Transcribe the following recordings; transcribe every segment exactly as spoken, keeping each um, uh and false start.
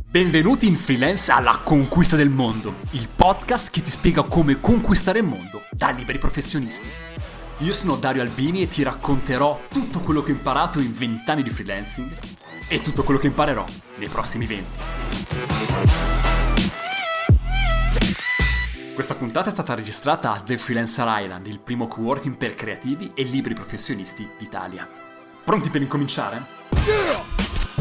Benvenuti in Freelance alla conquista del mondo, il podcast che ti spiega come conquistare il mondo da liberi professionisti. Io sono Dario Albini e ti racconterò tutto quello che ho imparato in venti anni di freelancing e tutto quello che imparerò nei prossimi venti. Questa puntata è stata registrata a The Freelancer Island, il primo coworking per creativi e liberi professionisti d'Italia. Pronti per incominciare? Yeah!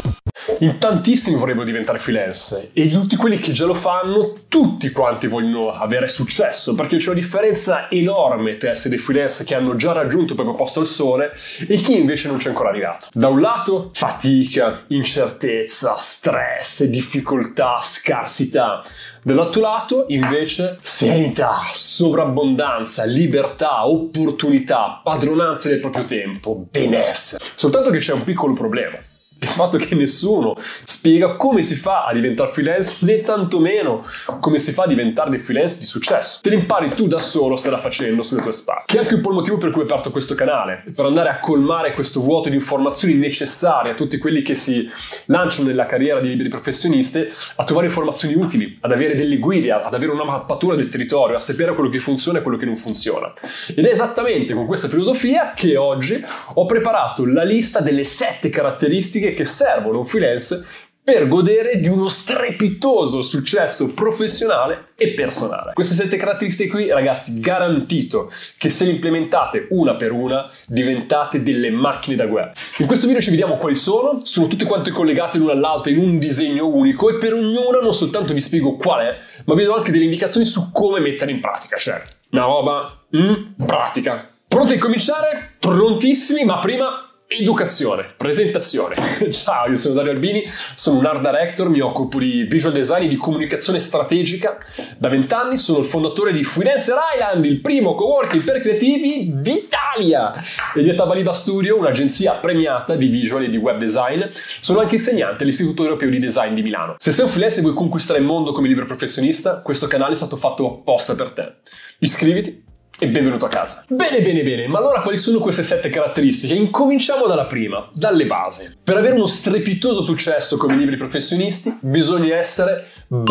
In tantissimi vorrebbero diventare freelance e di tutti quelli che già lo fanno, tutti quanti vogliono avere successo, perché c'è una differenza enorme tra essere dei freelance che hanno già raggiunto il proprio posto al sole e chi invece non c'è ancora arrivato. Da un lato fatica, incertezza, stress, difficoltà, scarsità. Dall'altro lato invece serenità, sovrabbondanza, libertà, opportunità, padronanza del proprio tempo, benessere. Soltanto che c'è un piccolo problema. Il fatto che nessuno spiega come si fa a diventare freelance, né tantomeno come si fa a diventare dei freelance di successo. Te ne impari tu da solo, stai facendo sulle tue spalle. Che è anche un po' il motivo per cui ho aperto questo canale, per andare a colmare questo vuoto di informazioni necessarie a tutti quelli che si lanciano nella carriera di liberi professionisti, a trovare informazioni utili, ad avere delle guide, ad avere una mappatura del territorio, a sapere quello che funziona e quello che non funziona. Ed è esattamente con questa filosofia che oggi ho preparato la lista delle sette caratteristiche che servono a un freelance per godere di uno strepitoso successo professionale e personale. Queste sette caratteristiche qui, ragazzi, garantito che se le implementate una per una diventate delle macchine da guerra. In questo video ci vediamo quali sono, sono tutte quante collegate l'una all'altra in un disegno unico e per ognuna non soltanto vi spiego qual è, ma vi do anche delle indicazioni su come mettere in pratica, cioè una roba mm, pratica. Pronti a cominciare? Prontissimi, ma prima educazione, presentazione. Ciao, io sono Dario Albini, sono un art director, mi occupo di visual design e di comunicazione strategica. Da vent'anni sono il fondatore di Freelancer Island, il primo coworking per creativi d'Italia, e di Atabaliba Studio, un'agenzia premiata di visual e di web design. Sono anche insegnante all'Istituto Europeo di Design di Milano. Se sei un freelance e vuoi conquistare il mondo come libero professionista, questo canale è stato fatto apposta per te. Iscriviti e benvenuto a casa. Bene, bene, bene, ma allora quali sono queste sette caratteristiche? Incominciamo dalla prima, dalle basi. Per avere uno strepitoso successo come liberi professionisti bisogna essere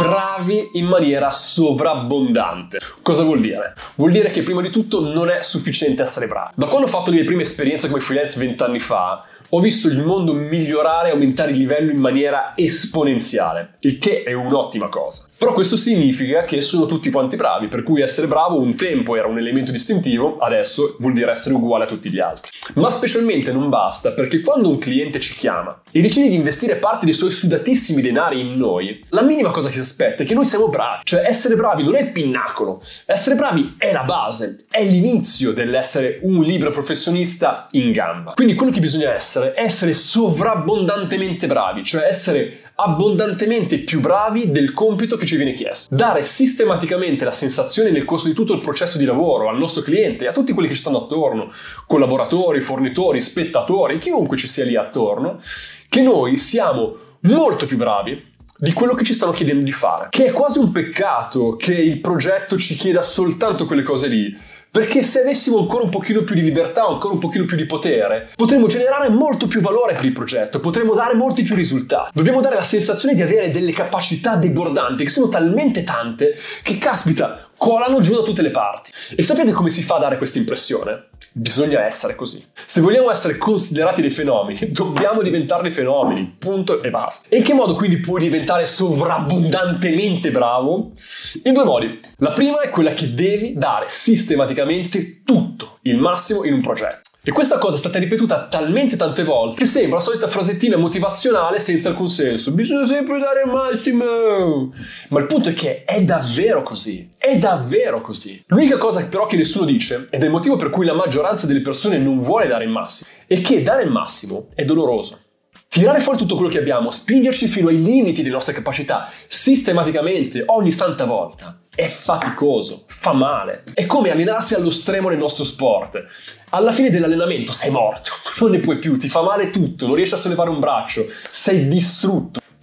bravi in maniera sovrabbondante. Cosa vuol dire? Vuol dire che prima di tutto non è sufficiente essere bravi. Da quando ho fatto le mie prime esperienze come freelance vent'anni fa, ho visto il mondo migliorare e aumentare il livello in maniera esponenziale, il che è un'ottima cosa. Però questo significa che sono tutti quanti bravi, per cui essere bravo un tempo era un elemento distintivo, adesso vuol dire essere uguale a tutti gli altri. Ma specialmente non basta, perché quando un cliente ci chiama e decide di investire parte dei suoi sudatissimi denari in noi, la minima cosa che si aspetta è che noi siamo bravi. Cioè essere bravi non è il pinnacolo, essere bravi è la base, è l'inizio dell'essere un libero professionista in gamba. Quindi quello che bisogna essere è essere sovrabbondantemente bravi, cioè essere abbondantemente più bravi del compito che ci viene chiesto. Dare sistematicamente la sensazione nel corso di tutto il processo di lavoro al nostro cliente e a tutti quelli che ci stanno attorno, collaboratori, fornitori, spettatori, chiunque ci sia lì attorno, che noi siamo molto più bravi di quello che ci stanno chiedendo di fare. Che è quasi un peccato che il progetto ci chieda soltanto quelle cose lì, perché se avessimo ancora un pochino più di libertà, ancora un pochino più di potere, potremmo generare molto più valore per il progetto, potremmo dare molti più risultati. Dobbiamo dare la sensazione di avere delle capacità debordanti, che sono talmente tante che, caspita, colano giù da tutte le parti. E sapete come si fa a dare questa impressione? Bisogna essere così. Se vogliamo essere considerati dei fenomeni, dobbiamo diventare dei fenomeni, punto e basta. E in che modo quindi puoi diventare sovrabbondantemente bravo? In due modi. La prima è quella che devi dare sistematicamente tutto, il massimo in un progetto. E questa cosa è stata ripetuta talmente tante volte che sembra la solita frasettina motivazionale senza alcun senso. Bisogna sempre dare il massimo. Ma il punto è che è davvero così. È davvero così. L'unica cosa però che nessuno dice, ed è il motivo per cui la maggioranza delle persone non vuole dare il massimo, è che dare il massimo è doloroso. Tirare fuori tutto quello che abbiamo, spingerci fino ai limiti delle nostre capacità, sistematicamente, ogni santa volta, è faticoso, fa male. È come allenarsi allo stremo nel nostro sport. Alla fine dell'allenamento sei morto, non ne puoi più, ti fa male tutto, non riesci a sollevare un braccio, sei distrutto.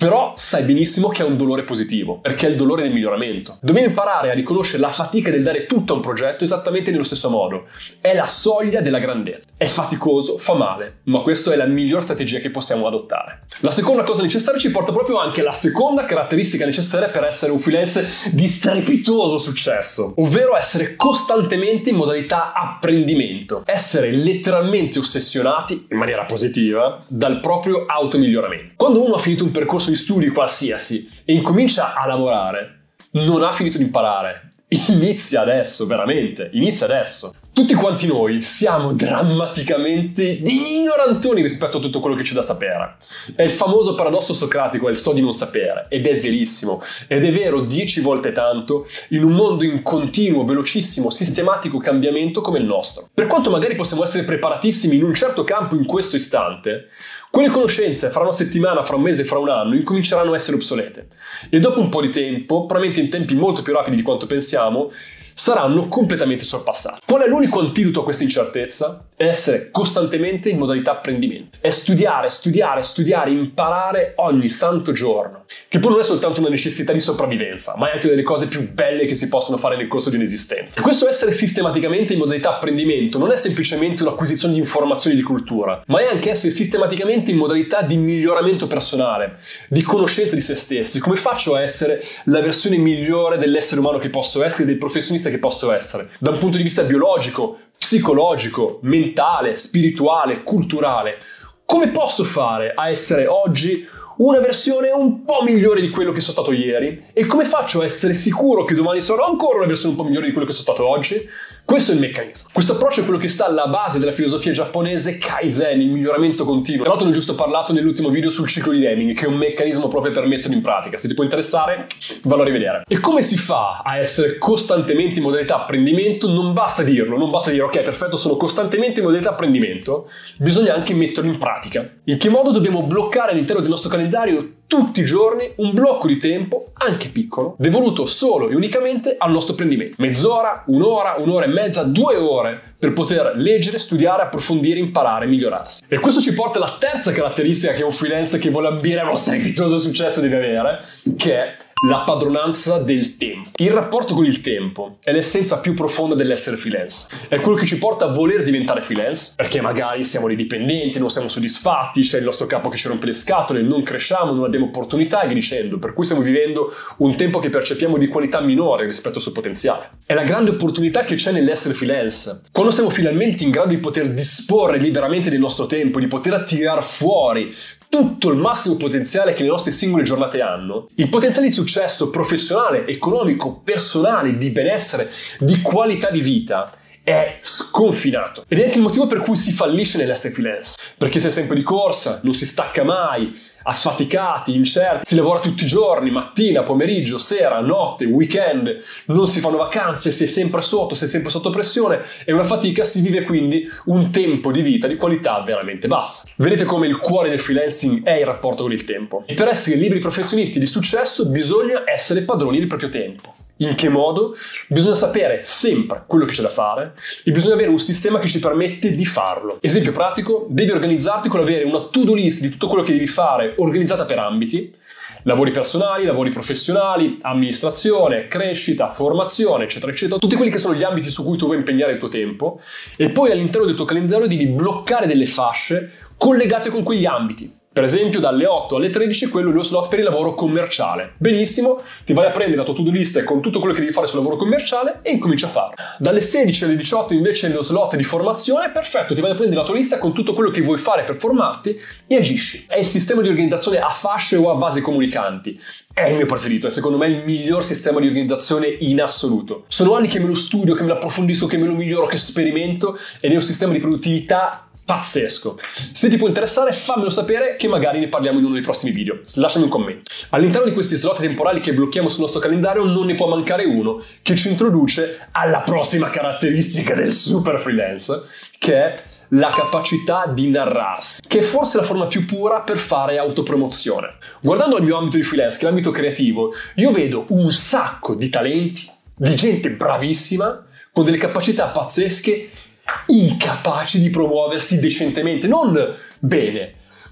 Però sai benissimo che è un dolore positivo, perché è il dolore del miglioramento. Dobbiamo imparare a riconoscere la fatica del dare tutto a un progetto esattamente nello stesso modo. È la soglia della grandezza. È faticoso, fa male, ma questa è la miglior strategia che possiamo adottare. La seconda cosa necessaria ci porta proprio anche alla seconda caratteristica necessaria per essere un freelance di strepitoso successo, ovvero essere costantemente in modalità apprendimento, essere letteralmente ossessionati, in maniera positiva, dal proprio automiglioramento. Quando uno ha finito un percorso di studi qualsiasi e incomincia a lavorare, non ha finito di imparare. Inizia adesso, veramente, inizia adesso. Tutti quanti noi siamo drammaticamente ignorantoni rispetto a tutto quello che c'è da sapere. È il famoso paradosso socratico, è il so di non sapere, ed è verissimo, ed è vero dieci volte tanto in un mondo in continuo, velocissimo, sistematico cambiamento come il nostro. Per quanto magari possiamo essere preparatissimi in un certo campo in questo istante, quelle conoscenze fra una settimana, fra un mese, fra un anno incominceranno a essere obsolete e dopo un po' di tempo, probabilmente in tempi molto più rapidi di quanto pensiamo, saranno completamente sorpassati. Qual è l'unico antidoto a questa incertezza? È essere costantemente in modalità apprendimento. È studiare, studiare, studiare, imparare ogni santo giorno. Che poi non è soltanto una necessità di sopravvivenza, ma è anche delle cose più belle che si possono fare nel corso di un'esistenza. E questo essere sistematicamente in modalità apprendimento non è semplicemente un'acquisizione di informazioni di cultura, ma è anche essere sistematicamente in modalità di miglioramento personale, di conoscenza di se stessi. Come faccio a essere la versione migliore dell'essere umano che posso essere, del professionista che posso essere, da un punto di vista biologico, psicologico, mentale, spirituale, culturale? Come posso fare a essere oggi una versione un po' migliore di quello che sono stato ieri? E come faccio a essere sicuro che domani sarò ancora una versione un po' migliore di quello che sono stato oggi? Questo è il meccanismo. Questo approccio è quello che sta alla base della filosofia giapponese Kaizen, il miglioramento continuo. Tra l'altro ne ho giusto parlato nell'ultimo video sul ciclo di Deming, che è un meccanismo proprio per metterlo in pratica. Se ti può interessare, vallo a rivedere. E come si fa a essere costantemente in modalità apprendimento? Non basta dirlo, non basta dire ok, perfetto, sono costantemente in modalità apprendimento, bisogna anche metterlo in pratica. In che modo dobbiamo bloccare all'interno del nostro calendario tutti i giorni un blocco di tempo, anche piccolo, devoluto solo e unicamente al nostro apprendimento. Mezz'ora, un'ora, un'ora e mezza, due ore per poter leggere, studiare, approfondire, imparare, migliorarsi. E questo ci porta alla terza caratteristica che un freelance che vuole ambire a uno strepitoso successo deve avere, che è la padronanza del tempo. Il rapporto con il tempo è l'essenza più profonda dell'essere freelance. È quello che ci porta a voler diventare freelance, perché magari siamo dei dipendenti, non siamo soddisfatti, c'è il nostro capo che ci rompe le scatole, non cresciamo, non abbiamo opportunità e via dicendo. Per cui stiamo vivendo un tempo che percepiamo di qualità minore rispetto al suo potenziale. È la grande opportunità che c'è nell'essere freelance. Quando siamo finalmente in grado di poter disporre liberamente del nostro tempo, di poter attirare fuori tutto il massimo potenziale che le nostre singole giornate hanno, il potenziale di successo professionale, economico, personale, di benessere, di qualità di vita è sconfinato. Ed è anche il motivo per cui si fallisce nell'essere freelance, perché si è sempre di corsa, non si stacca mai, affaticati, incerti, si lavora tutti i giorni, mattina, pomeriggio, sera, notte, weekend, non si fanno vacanze, si è sempre sotto, si è sempre sotto pressione, è una fatica, si vive quindi un tempo di vita di qualità veramente bassa. Vedete come il cuore del freelancing è il rapporto con il tempo. E per essere liberi professionisti di successo bisogna essere padroni del proprio tempo. In che modo? Bisogna sapere sempre quello che c'è da fare e bisogna avere un sistema che ci permette di farlo. Esempio pratico, devi organizzarti con avere una to-do list di tutto quello che devi fare organizzata per ambiti: lavori personali, lavori professionali, amministrazione, crescita, formazione, eccetera, eccetera. Tutti quelli che sono gli ambiti su cui tu vuoi impegnare il tuo tempo, e poi all'interno del tuo calendario devi bloccare delle fasce collegate con quegli ambiti. Per esempio, dalle otto alle tredici quello è lo slot per il lavoro commerciale. Benissimo, ti vai a prendere la tua to-do list con tutto quello che devi fare sul lavoro commerciale e incominci a farlo. Dalle sedici alle diciotto invece è lo slot di formazione. Perfetto, ti vai a prendere la tua lista con tutto quello che vuoi fare per formarti e agisci. È il sistema di organizzazione a fasce o a vasi comunicanti. È il mio preferito, è secondo me il miglior sistema di organizzazione in assoluto. Sono anni che me lo studio, che me lo approfondisco, che me lo miglioro, che sperimento, ed è un sistema di produttività pazzesco. Se ti può interessare, fammelo sapere che magari ne parliamo in uno dei prossimi video. Lasciami un commento. All'interno di questi slot temporali che blocchiamo sul nostro calendario non ne può mancare uno che ci introduce alla prossima caratteristica del super freelance, che è la capacità di narrarsi, che è forse la forma più pura per fare autopromozione. Guardando il mio ambito di freelance, che è l'ambito creativo, io vedo un sacco di talenti, di gente bravissima, con delle capacità pazzesche, incapaci di promuoversi decentemente, non bene,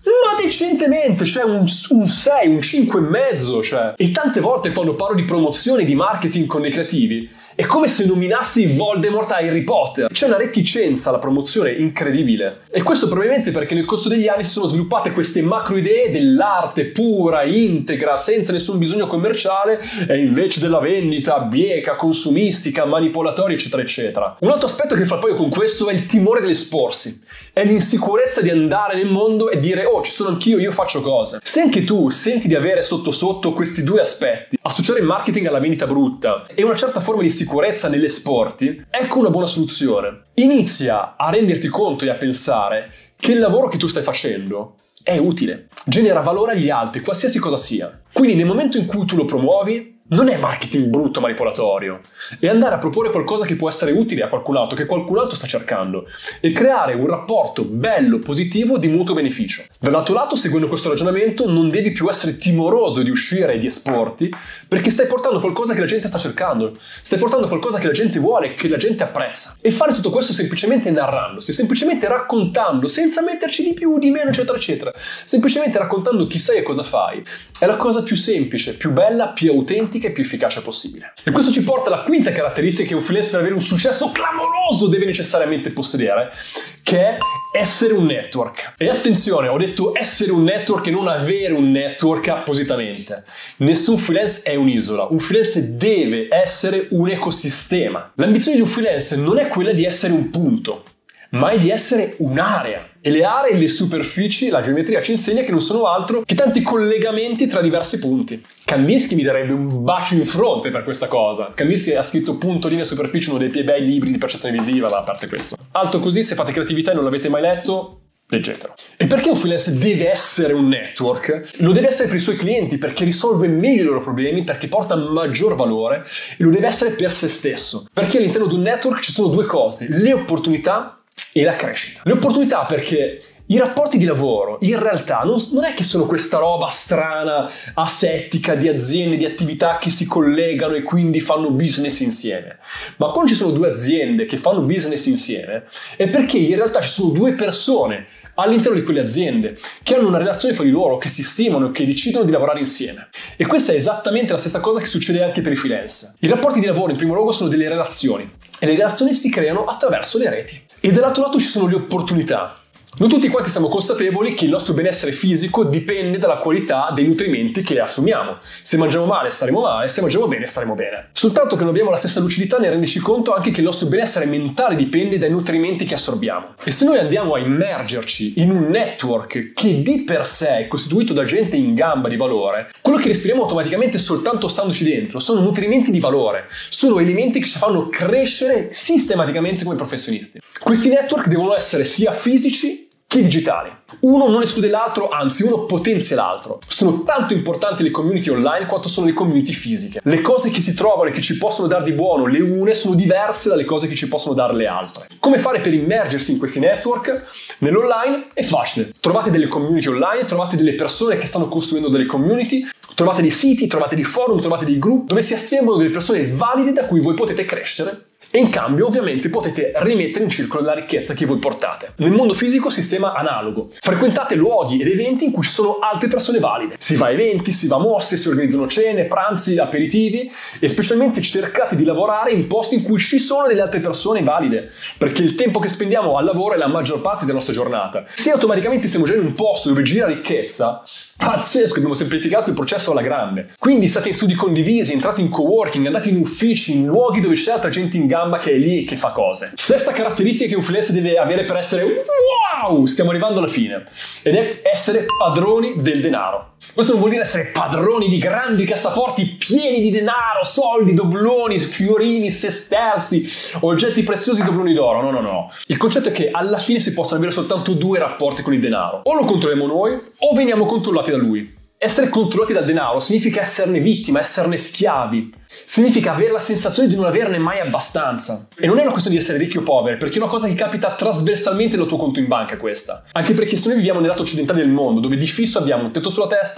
Ma decentemente, cioè un, un sei, un cinque e mezzo, cioè. E tante volte quando parlo di promozione, di marketing con dei creativi, è come se nominassi Voldemort a Harry Potter. C'è una reticenza alla promozione incredibile. E questo probabilmente perché nel corso degli anni si sono sviluppate queste macro idee dell'arte pura, integra, senza nessun bisogno commerciale, e invece della vendita bieca, consumistica, manipolatoria, eccetera, eccetera. Un altro aspetto che fa poi con questo è il timore dell'esporsi. È l'insicurezza di andare nel mondo e dire oh, ci sono anch'io, io faccio cose. Se anche tu senti di avere sotto sotto questi due aspetti, associare il marketing alla vendita brutta e una certa forma di sicurezza nell'esporti, ecco una buona soluzione. Inizia a renderti conto e a pensare che il lavoro che tu stai facendo è utile, genera valore agli altri, qualsiasi cosa sia. Quindi nel momento in cui tu lo promuovi, non è marketing brutto manipolatorio, è andare a proporre qualcosa che può essere utile a qualcun altro, che qualcun altro sta cercando, e creare un rapporto bello, positivo, di mutuo beneficio. Dall'altro lato, seguendo questo ragionamento, non devi più essere timoroso di uscire e di esporti, perché stai portando qualcosa che la gente sta cercando, stai portando qualcosa che la gente vuole, che la gente apprezza. E fare tutto questo semplicemente narrandosi, semplicemente raccontando, senza metterci di più, di meno, eccetera, eccetera, semplicemente raccontando chi sei e cosa fai, è la cosa più semplice, più bella, più autentica e più efficace possibile. E questo ci porta alla quinta caratteristica che un freelancer per avere un successo clamoroso deve necessariamente possedere, che è essere un network. E attenzione, ho detto essere un network e non avere un network appositamente. Nessun freelance è un'isola, un freelance deve essere un ecosistema. L'ambizione di un freelance non è quella di essere un punto, ma è di essere un'area. E le aree, le superfici, la geometria ci insegna che non sono altro che tanti collegamenti tra diversi punti. Kandinsky mi darebbe un bacio in fronte per questa cosa. Kandinsky ha scritto punto, linea, superficie, uno dei più bei libri di percezione visiva, ma a parte questo. Alto così, se fate creatività e non l'avete mai letto, leggetelo. E perché un freelance deve essere un network? Lo deve essere per i suoi clienti, perché risolve meglio i loro problemi, perché porta maggior valore, e lo deve essere per se stesso. Perché all'interno di un network ci sono due cose, le opportunità e la crescita. Le opportunità perché i rapporti di lavoro in realtà non, non è che sono questa roba strana, asettica di aziende, di attività che si collegano e quindi fanno business insieme. Ma quando ci sono due aziende che fanno business insieme è perché in realtà ci sono due persone all'interno di quelle aziende che hanno una relazione fra di loro, che si stimano e che decidono di lavorare insieme. E questa è esattamente la stessa cosa che succede anche per i freelance. I rapporti di lavoro in primo luogo sono delle relazioni e le relazioni si creano attraverso le reti. E dall'altro lato ci sono le opportunità. Noi tutti quanti siamo consapevoli che il nostro benessere fisico dipende dalla qualità dei nutrimenti che assumiamo. Se mangiamo male staremo male, se mangiamo bene staremo bene. Soltanto che non abbiamo la stessa lucidità nel renderci conto anche che il nostro benessere mentale dipende dai nutrimenti che assorbiamo. E se noi andiamo a immergerci in un network che di per sé è costituito da gente in gamba di valore, quello che respiriamo automaticamente soltanto standoci dentro sono nutrimenti di valore, sono elementi che ci fanno crescere sistematicamente come professionisti. Questi network devono essere sia fisici che digitali. Uno non esclude l'altro, anzi uno potenzia l'altro. Sono tanto importanti le community online quanto sono le community fisiche. Le cose che si trovano e che ci possono dare di buono le une sono diverse dalle cose che ci possono dare le altre. Come fare per immergersi in questi network? Nell'online è facile. Trovate delle community online, trovate delle persone che stanno costruendo delle community, trovate dei siti, trovate dei forum, trovate dei gruppi dove si assemblano delle persone valide da cui voi potete crescere. E in cambio ovviamente potete rimettere in circolo la ricchezza che voi portate. Nel mondo fisico sistema analogo. Frequentate luoghi ed eventi in cui ci sono altre persone valide. Si va a eventi, si va a mostre, si organizzano cene, pranzi, aperitivi e specialmente cercate di lavorare in posti in cui ci sono delle altre persone valide, perché il tempo che spendiamo al lavoro è la maggior parte della nostra giornata. Se automaticamente siamo già in un posto dove gira ricchezza, pazzesco, abbiamo semplificato il processo alla grande. Quindi state in studi condivisi, entrate in coworking, andate in uffici, in luoghi dove c'è altra gente in gamba che è lì e che fa cose. Sesta caratteristica che un freelance deve avere per essere wow, stiamo arrivando alla fine, ed è essere padroni del denaro. Questo non vuol dire essere padroni di grandi cassaforti pieni di denaro, soldi, dobloni, fiorini, sesterzi, oggetti preziosi, dobloni d'oro. No, no, no. Il concetto è che alla fine si possono avere soltanto due rapporti con il denaro. O lo controlliamo noi o veniamo controllati da lui. Essere controllati dal denaro significa esserne vittima, esserne schiavi. Significa avere la sensazione di non averne mai abbastanza. E non è una questione di essere ricchi o poveri, perché è una cosa che capita trasversalmente nel tuo conto in banca questa. Anche perché se noi viviamo nel lato occidentale del mondo, dove di fisso abbiamo un tetto sulla testa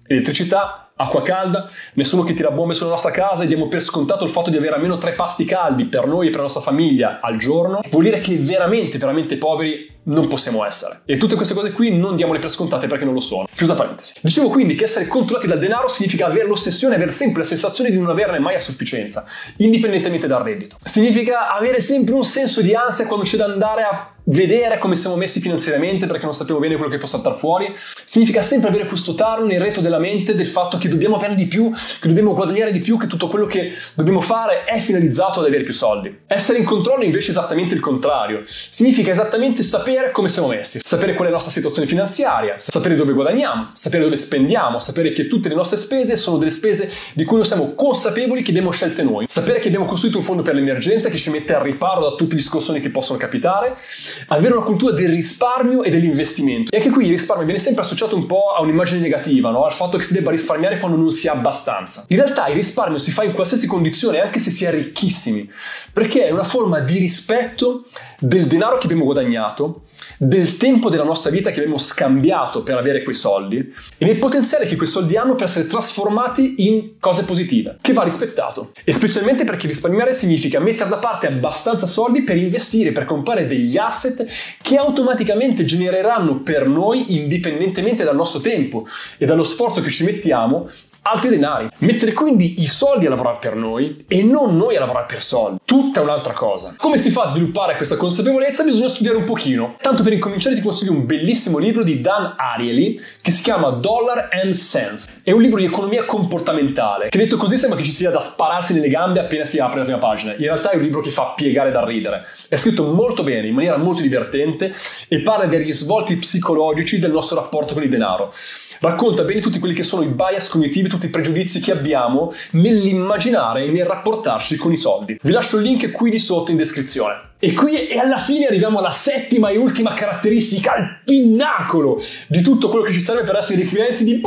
elettricità, acqua calda, nessuno che tira bombe sulla nostra casa e diamo per scontato il fatto di avere almeno tre pasti caldi per noi e per la nostra famiglia al giorno, vuol dire che veramente, veramente poveri non possiamo essere. E tutte queste cose qui non diamole per scontate perché non lo sono. Chiusa parentesi. Dicevo quindi che essere controllati dal denaro significa avere l'ossessione, avere sempre la sensazione di non averne mai a sufficienza, indipendentemente dal reddito. Significa avere sempre un senso di ansia quando c'è da andare a vedere come siamo messi finanziariamente perché non sappiamo bene quello che può saltare fuori. Significa sempre avere questo tarlo nel retro della mente del fatto che dobbiamo avere di più, che dobbiamo guadagnare di più, che tutto quello che dobbiamo fare è finalizzato ad avere più soldi. Essere in controllo invece è esattamente il contrario. Significa esattamente sapere come siamo messi, sapere qual è la nostra situazione finanziaria, sapere dove guadagniamo, sapere dove spendiamo, sapere che tutte le nostre spese sono delle spese di cui noi siamo consapevoli che abbiamo scelte noi, sapere che abbiamo costruito un fondo per l'emergenza che ci mette al riparo da tutti gli scossoni che possono capitare, avere una cultura del risparmio e dell'investimento. E anche qui il risparmio viene sempre associato un po' a un'immagine negativa, no? Al fatto che si debba risparmiare quando non si ha abbastanza. In realtà il risparmio si fa in qualsiasi condizione, anche se si è ricchissimi, perché è una forma di rispetto del denaro che abbiamo guadagnato, del tempo della nostra vita che abbiamo scambiato per avere quei soldi e del potenziale che quei soldi hanno per essere trasformati in cose positive, che va rispettato. E specialmente perché risparmiare significa mettere da parte abbastanza soldi per investire, per comprare degli asset che automaticamente genereranno per noi, indipendentemente dal nostro tempo e dallo sforzo che ci mettiamo, altri denari. Mettere quindi i soldi a lavorare per noi e non noi a lavorare per soldi. Tutta un'altra cosa. Come si fa a sviluppare questa consapevolezza? Bisogna studiare un pochino. Tanto per incominciare ti consiglio un bellissimo libro di Dan Ariely che si chiama Dollar and Cents. È un libro di economia comportamentale che detto così sembra che ci sia da spararsi nelle gambe appena si apre la prima pagina. In realtà è un libro che fa piegare da ridere. È scritto molto bene, in maniera molto divertente e parla dei risvolti psicologici del nostro rapporto con il denaro. Racconta bene tutti quelli che sono i bias cognitivi, tutti i pregiudizi che abbiamo nell'immaginare e nel rapportarci con i soldi. Vi lascio il link qui di sotto in descrizione. E qui e alla fine arriviamo alla settima e ultima caratteristica, al pinnacolo di tutto quello che ci serve per essere dei freelance di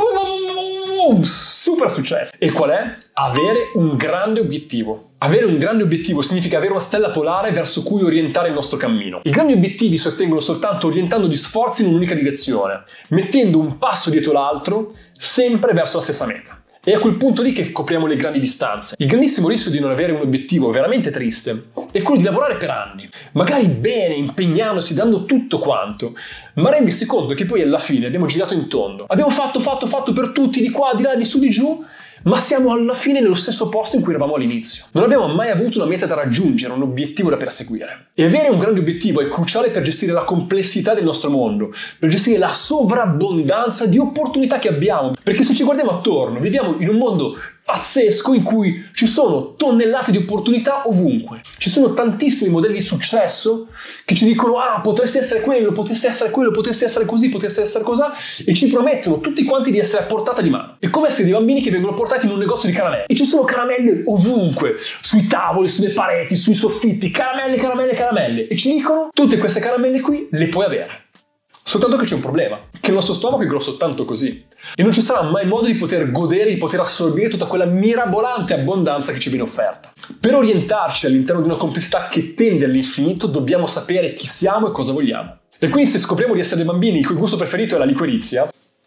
super successo. E qual è? Avere un grande obiettivo. Avere un grande obiettivo significa avere una stella polare verso cui orientare il nostro cammino. I grandi obiettivi si ottengono soltanto orientando gli sforzi in un'unica direzione, mettendo un passo dietro l'altro, sempre verso la stessa meta. È a quel punto lì che copriamo le grandi distanze. Il grandissimo rischio di non avere un obiettivo veramente triste è quello di lavorare per anni, magari bene, impegnandosi, dando tutto quanto, ma rendersi conto che poi alla fine abbiamo girato in tondo. Abbiamo fatto, fatto, fatto per tutti, di qua, di là, di su, di giù, ma siamo alla fine nello stesso posto in cui eravamo all'inizio. Non abbiamo mai avuto una meta da raggiungere, un obiettivo da perseguire. E avere un grande obiettivo è cruciale per gestire la complessità del nostro mondo, per gestire la sovrabbondanza di opportunità che abbiamo. Perché se ci guardiamo attorno, viviamo in un mondo pazzesco in cui ci sono tonnellate di opportunità ovunque. Ci sono tantissimi modelli di successo che ci dicono ah, potresti essere quello, potresti essere quello, potresti essere così, potresti essere cos'ha e ci promettono tutti quanti di essere a portata di mano. È come essere dei bambini che vengono portati in un negozio di caramelle e ci sono caramelle ovunque, sui tavoli, sulle pareti, sui soffitti, caramelle, caramelle, caramelle e ci dicono tutte queste caramelle qui le puoi avere. Soltanto che c'è un problema, che il nostro stomaco è grosso tanto così e non ci sarà mai modo di poter godere, di poter assorbire tutta quella mirabolante abbondanza che ci viene offerta. Per orientarci all'interno di una complessità che tende all'infinito dobbiamo sapere chi siamo e cosa vogliamo. E quindi se scopriamo di essere dei bambini il cui gusto preferito è la liquirizia,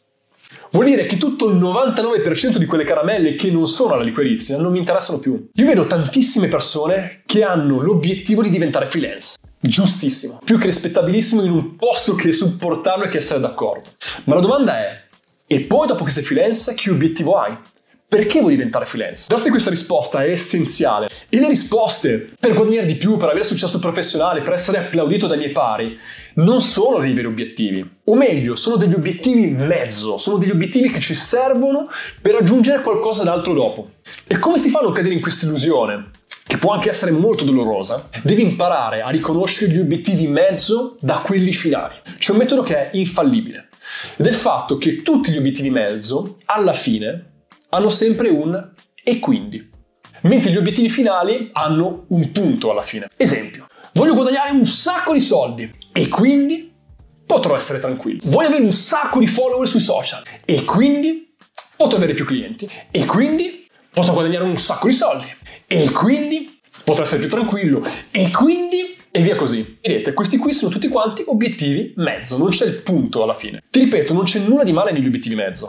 vuol dire che tutto il novantanove per cento di quelle caramelle che non sono la liquirizia non mi interessano più. Io vedo tantissime persone che hanno l'obiettivo di diventare freelance. Giustissimo, più che rispettabilissimo, in un posto che supportarlo e che essere d'accordo. Ma la domanda è, e poi dopo che sei freelance, che obiettivo hai? Perché vuoi diventare freelance? Darsi questa risposta è essenziale. E le risposte per guadagnare di più, per avere successo professionale, per essere applaudito dai miei pari, non sono dei veri obiettivi. O meglio, sono degli obiettivi mezzo, sono degli obiettivi che ci servono per raggiungere qualcosa d'altro dopo. E come si fa a non cadere in questa illusione? Che può anche essere molto dolorosa, devi imparare a riconoscere gli obiettivi mezzo da quelli finali. C'è un metodo che è infallibile ed è il fatto che tutti gli obiettivi mezzo, alla fine, hanno sempre un e quindi, mentre gli obiettivi finali hanno un punto alla fine. Esempio, voglio guadagnare un sacco di soldi e quindi potrò essere tranquillo. Voglio avere un sacco di follower sui social e quindi potrò avere più clienti e quindi potrò guadagnare un sacco di soldi. E quindi potrò essere più tranquillo e quindi e via così. Vedete, questi qui sono tutti quanti obiettivi mezzo, non c'è il punto alla fine. Ti ripeto, non c'è nulla di male negli obiettivi mezzo.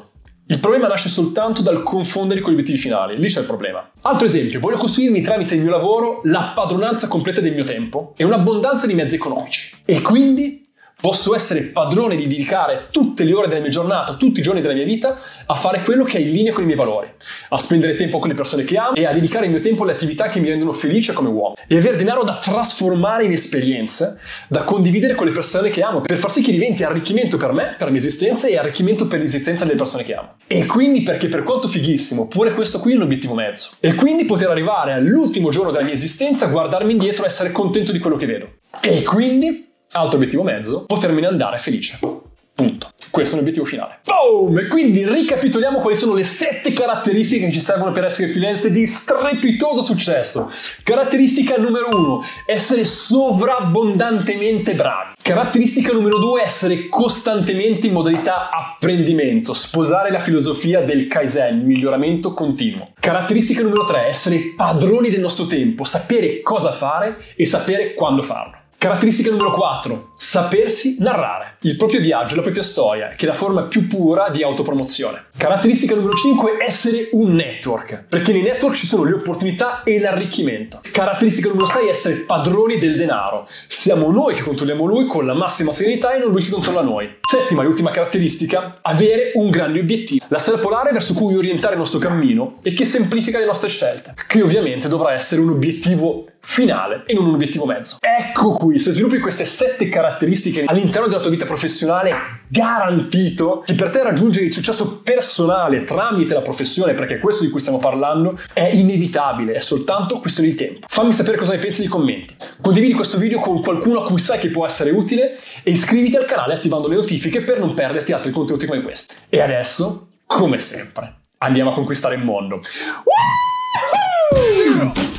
Il problema nasce soltanto dal confondere con gli obiettivi finali, lì c'è il problema. Altro esempio, voglio costruirmi tramite il mio lavoro la padronanza completa del mio tempo e un'abbondanza di mezzi economici. E quindi posso essere padrone di dedicare tutte le ore della mia giornata, tutti i giorni della mia vita a fare quello che è in linea con i miei valori, a spendere tempo con le persone che amo e a dedicare il mio tempo alle attività che mi rendono felice come uomo e avere denaro da trasformare in esperienze da condividere con le persone che amo per far sì che diventi arricchimento per me, per la mia esistenza e arricchimento per l'esistenza delle persone che amo. E quindi perché per quanto fighissimo, pure questo qui è un obiettivo mezzo. E quindi poter arrivare all'ultimo giorno della mia esistenza, guardarmi indietro e essere contento di quello che vedo. E quindi altro obiettivo mezzo, potermene andare felice. Punto. Questo è un obiettivo finale. Boom! E quindi ricapitoliamo quali sono le sette caratteristiche che ci servono per essere freelance di strepitoso successo. Caratteristica numero uno, essere sovrabbondantemente bravi. Caratteristica numero due, essere costantemente in modalità apprendimento, sposare la filosofia del Kaizen, miglioramento continuo. Caratteristica numero tre, essere padroni del nostro tempo, sapere cosa fare e sapere quando farlo. Caratteristica numero quattro, sapersi narrare il proprio viaggio, la propria storia, che è la forma più pura di autopromozione. Caratteristica numero cinque, essere un network, perché nei network ci sono le opportunità e l'arricchimento. Caratteristica numero sei, essere padroni del denaro. Siamo noi che controlliamo lui con la massima serenità e non lui che controlla noi. Settima e ultima caratteristica, avere un grande obiettivo, la stella polare verso cui orientare il nostro cammino e che semplifica le nostre scelte, che ovviamente dovrà essere un obiettivo finale e non un obiettivo mezzo. Ecco qui, se sviluppi queste sette caratteristiche all'interno della tua vita professionale, garantito che per te raggiungere il successo personale tramite la professione, perché è questo di cui stiamo parlando, è inevitabile, è soltanto questione di tempo. Fammi sapere cosa ne pensi nei commenti. Condividi questo video con qualcuno a cui sai che può essere utile e iscriviti al canale attivando le notifiche per non perderti altri contenuti come questi. E adesso, come sempre, andiamo a conquistare il mondo. Woohoo!